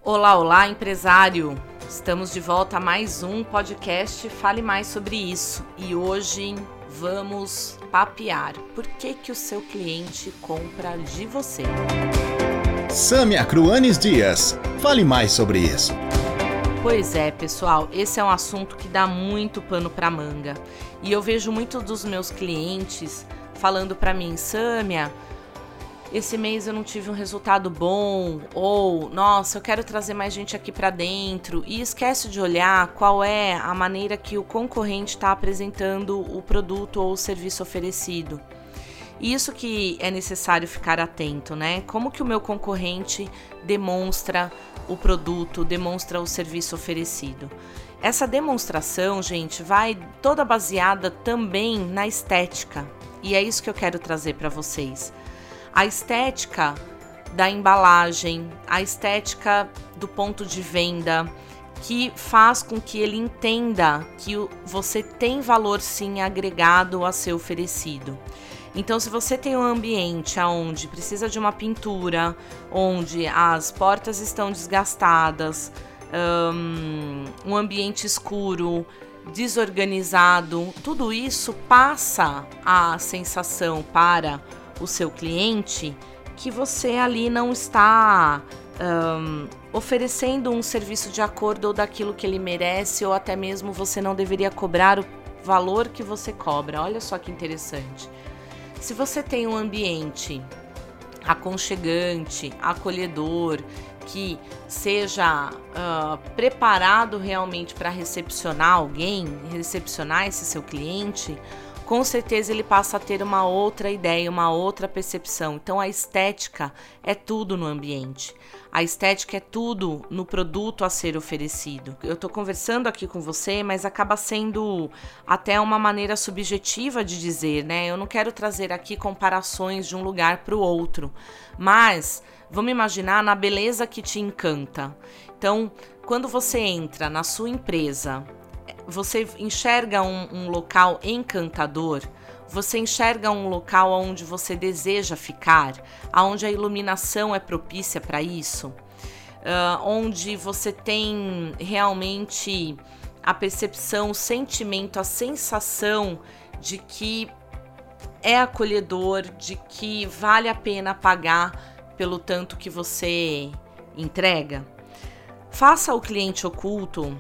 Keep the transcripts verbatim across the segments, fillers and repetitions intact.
Olá, olá, empresário! Estamos de volta a mais um podcast Fale Mais Sobre Isso. E hoje vamos papear. Por que que o seu cliente compra de você? Sâmia Cruanes Dias. Fale mais sobre isso. Pois é, pessoal, esse é um assunto que dá muito pano para manga. E eu vejo muitos dos meus clientes falando para mim, Sâmia, esse mês eu não tive um resultado bom, ou, nossa, eu quero trazer mais gente aqui para dentro, e esquece de olhar qual é a maneira que o concorrente está apresentando o produto ou o serviço oferecido. Isso que é necessário ficar atento, né? Como que o meu concorrente demonstra o produto, demonstra o serviço oferecido. Essa demonstração, gente, vai toda baseada também na estética, e é isso que eu quero trazer para vocês. A estética da embalagem, a estética do ponto de venda, que faz com que ele entenda que você tem valor sim agregado a ser oferecido. Então, se você tem um ambiente onde precisa de uma pintura, onde as portas estão desgastadas, um, um ambiente escuro, desorganizado, tudo isso passa a sensação para o seu cliente que você ali não está um, oferecendo um serviço de acordo ou daquilo que ele merece, ou até mesmo você não deveria cobrar o valor que você cobra. Olha só que interessante. Se você tem um ambiente aconchegante, acolhedor, que seja uh, preparado realmente para recepcionar alguém, recepcionar esse seu cliente, com certeza ele passa a ter uma outra ideia, uma outra percepção. Então a estética é tudo no ambiente. A estética é tudo no produto a ser oferecido. Eu estou conversando aqui com você, mas acaba sendo até uma maneira subjetiva de dizer, né? Eu não quero trazer aqui comparações de um lugar para o outro, mas vamos imaginar na beleza que te encanta. Então, quando você entra na sua empresa, você enxerga um, um local encantador, você enxerga um local onde você deseja ficar, onde a iluminação é propícia para isso, uh, onde você tem realmente a percepção, o sentimento, a sensação de que é acolhedor, de que vale a pena pagar pelo tanto que você entrega. Faça o cliente oculto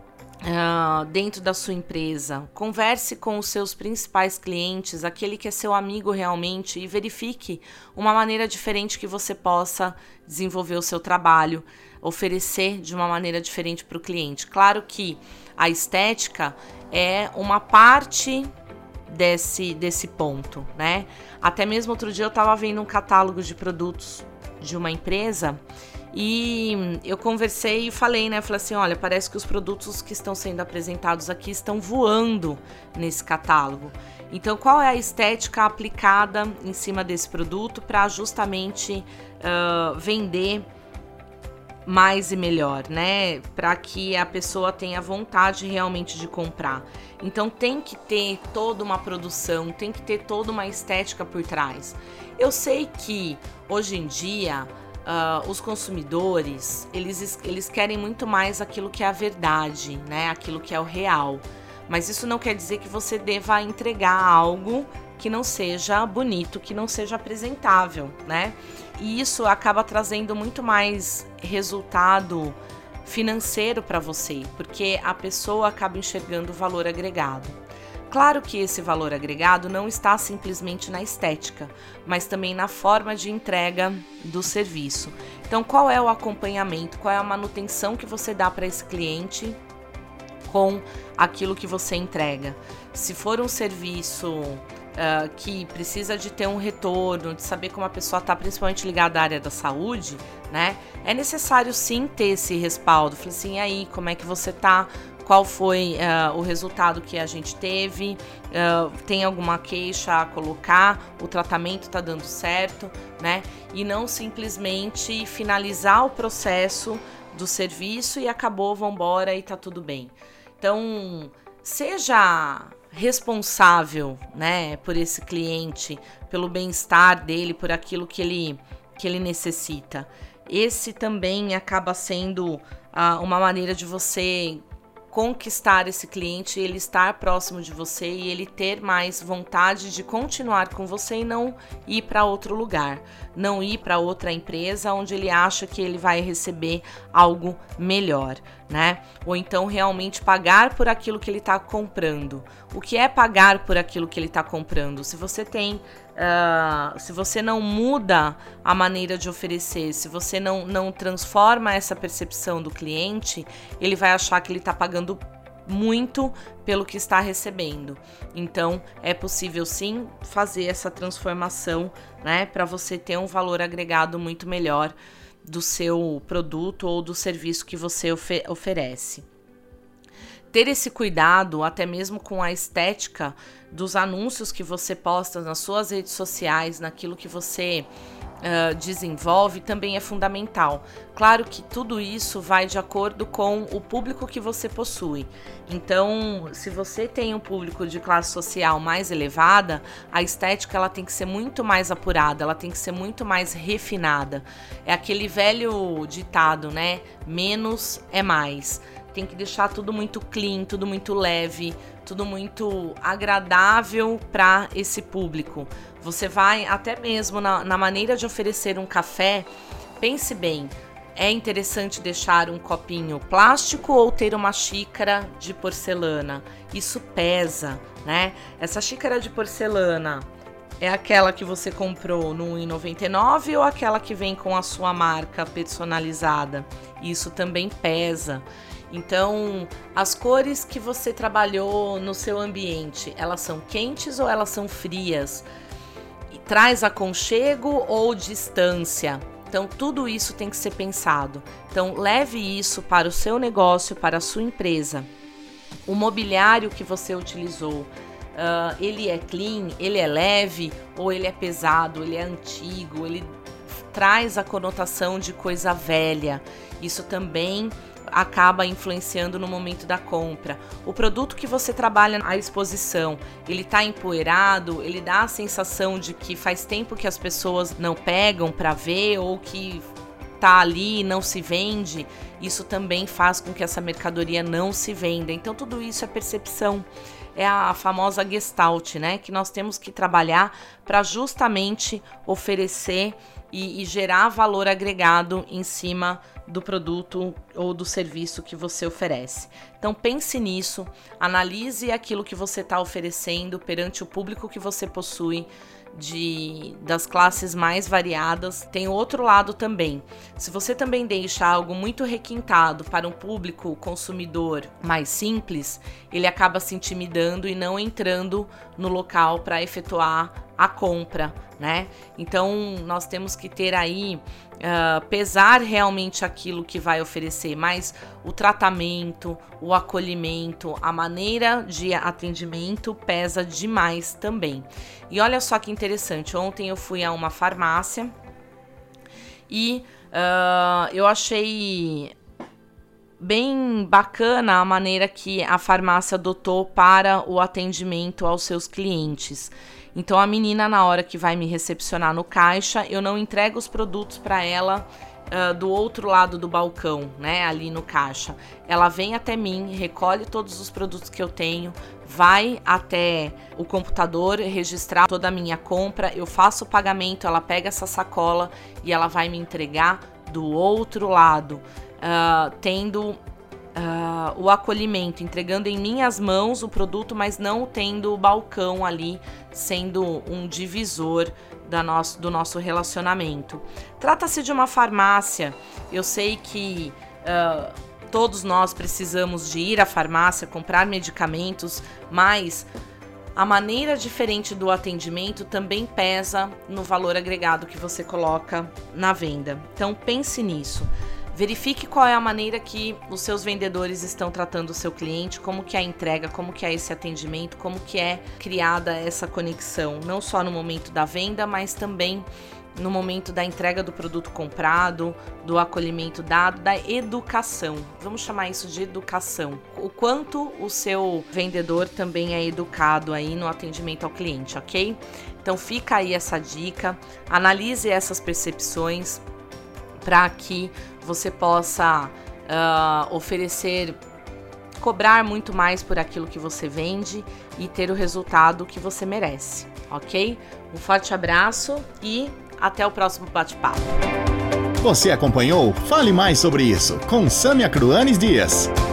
Uh, dentro da sua empresa, converse com os seus principais clientes, aquele que é seu amigo realmente, e verifique uma maneira diferente que você possa desenvolver o seu trabalho, oferecer de uma maneira diferente para o cliente. Claro que a estética é uma parte desse, desse ponto, né? Até mesmo outro dia eu estava vendo um catálogo de produtos de uma empresa e eu conversei e falei, né? Falei assim, olha, parece que os produtos que estão sendo apresentados aqui estão voando nesse catálogo. Então, qual é a estética aplicada em cima desse produto para justamente uh, vender mais e melhor, né? Para que a pessoa tenha vontade realmente de comprar. Então, tem que ter toda uma produção, tem que ter toda uma estética por trás. Eu sei que hoje em dia Uh, os consumidores, eles, eles querem muito mais aquilo que é a verdade, né? Aquilo que é o real. Mas isso não quer dizer que você deva entregar algo que não seja bonito, que não seja apresentável, né? E isso acaba trazendo muito mais resultado financeiro para você, porque a pessoa acaba enxergando o valor agregado. Claro que esse valor agregado não está simplesmente na estética, mas também na forma de entrega do serviço. Então, qual é o acompanhamento, qual é a manutenção que você dá para esse cliente com aquilo que você entrega? Se for um serviço uh, que precisa de ter um retorno, de saber como a pessoa está principalmente ligada à área da saúde, né? É necessário sim ter esse respaldo. Falei assim, e aí, como é que você está? Qual foi uh, o resultado que a gente teve, uh, tem alguma queixa a colocar, o tratamento está dando certo, né? E não simplesmente finalizar o processo do serviço e acabou, vambora e tá tudo bem. Então, seja responsável, né, por esse cliente, pelo bem-estar dele, por aquilo que ele, que ele necessita. esse também acaba sendo uh, uma maneira de você conquistar esse cliente, ele estar próximo de você e ele ter mais vontade de continuar com você e não ir para outro lugar, não ir para outra empresa onde ele acha que ele vai receber algo melhor, né? Ou então realmente pagar por aquilo que ele está comprando. O que é pagar por aquilo que ele está comprando? Se você tem Uh, se você não muda a maneira de oferecer, se você não, não transforma essa percepção do cliente, ele vai achar que ele está pagando muito pelo que está recebendo. Então, é possível sim fazer essa transformação, né, para você ter um valor agregado muito melhor do seu produto ou do serviço que você ofe- oferece. Ter esse cuidado, até mesmo com a estética dos anúncios que você posta nas suas redes sociais, naquilo que você uh, desenvolve, também é fundamental. Claro que tudo isso vai de acordo com o público que você possui. Então, se você tem um público de classe social mais elevada, a estética ela tem que ser muito mais apurada, ela tem que ser muito mais refinada. É aquele velho ditado, né? Menos é mais. Tem que deixar tudo muito clean, tudo muito leve, tudo muito agradável para esse público. Você vai até mesmo na, na maneira de oferecer um café, pense bem, é interessante deixar um copinho plástico ou ter uma xícara de porcelana? Isso pesa, né? Essa xícara de porcelana é aquela que você comprou no um real e noventa e nove centavos ou aquela que vem com a sua marca personalizada? Isso também pesa. Então, as cores que você trabalhou no seu ambiente, elas são quentes ou elas são frias? E traz aconchego ou distância? Então, tudo isso tem que ser pensado. Então, leve isso para o seu negócio, para a sua empresa. O mobiliário que você utilizou, uh, ele é clean, ele é leve ou ele é pesado, ele é antigo, ele traz a conotação de coisa velha. Isso também acaba influenciando no momento da compra. O produto que você trabalha à exposição, ele tá empoeirado, ele dá a sensação de que faz tempo que as pessoas não pegam para ver ou que tá ali e não se vende. Isso também faz com que essa mercadoria não se venda. Então tudo isso é percepção. É a famosa Gestalt, né? Que nós temos que trabalhar para justamente oferecer e, e gerar valor agregado em cima do produto ou do serviço que você oferece. Então pense nisso, analise aquilo que você está oferecendo perante o público que você possui, de, das classes mais variadas. Tem outro lado também. Se você também deixa algo muito requintado para um público consumidor mais simples, ele acaba se intimidando e não entrando no local para efetuar a compra, né? Então nós temos que ter aí uh, pesar realmente aquilo que vai oferecer, mas o tratamento, o acolhimento, a maneira de atendimento pesa demais também. E olha só que interessante, ontem eu fui a uma farmácia e uh, eu achei bem bacana a maneira que a farmácia adotou para o atendimento aos seus clientes. Então a menina, na hora que vai me recepcionar no caixa, eu não entrego os produtos para ela uh, do outro lado do balcão, né, ali no caixa. Ela vem até mim, recolhe todos os produtos que eu tenho, vai até o computador registrar toda a minha compra, eu faço o pagamento, ela pega essa sacola e ela vai me entregar do outro lado, uh, tendo Uh, o acolhimento, entregando em minhas mãos o produto, mas não tendo o balcão ali sendo um divisor da nosso, do nosso relacionamento. Trata-se de uma farmácia. Eu sei que uh, todos nós precisamos de ir à farmácia, comprar medicamentos, mas a maneira diferente do atendimento também pesa no valor agregado que você coloca na venda. Então pense nisso. Verifique qual é a maneira que os seus vendedores estão tratando o seu cliente, como que é a entrega, como que é esse atendimento, como que é criada essa conexão, não só no momento da venda, mas também no momento da entrega do produto comprado, do acolhimento dado, da educação. Vamos chamar isso de educação. O quanto o seu vendedor também é educado aí no atendimento ao cliente, ok? Então fica aí essa dica, analise essas percepções, para que você possa uh, oferecer, cobrar muito mais por aquilo que você vende e ter o resultado que você merece, ok? Um forte abraço e até o próximo bate-papo. Você acompanhou Fale Mais Sobre Isso com Sâmia Cruanes Dias.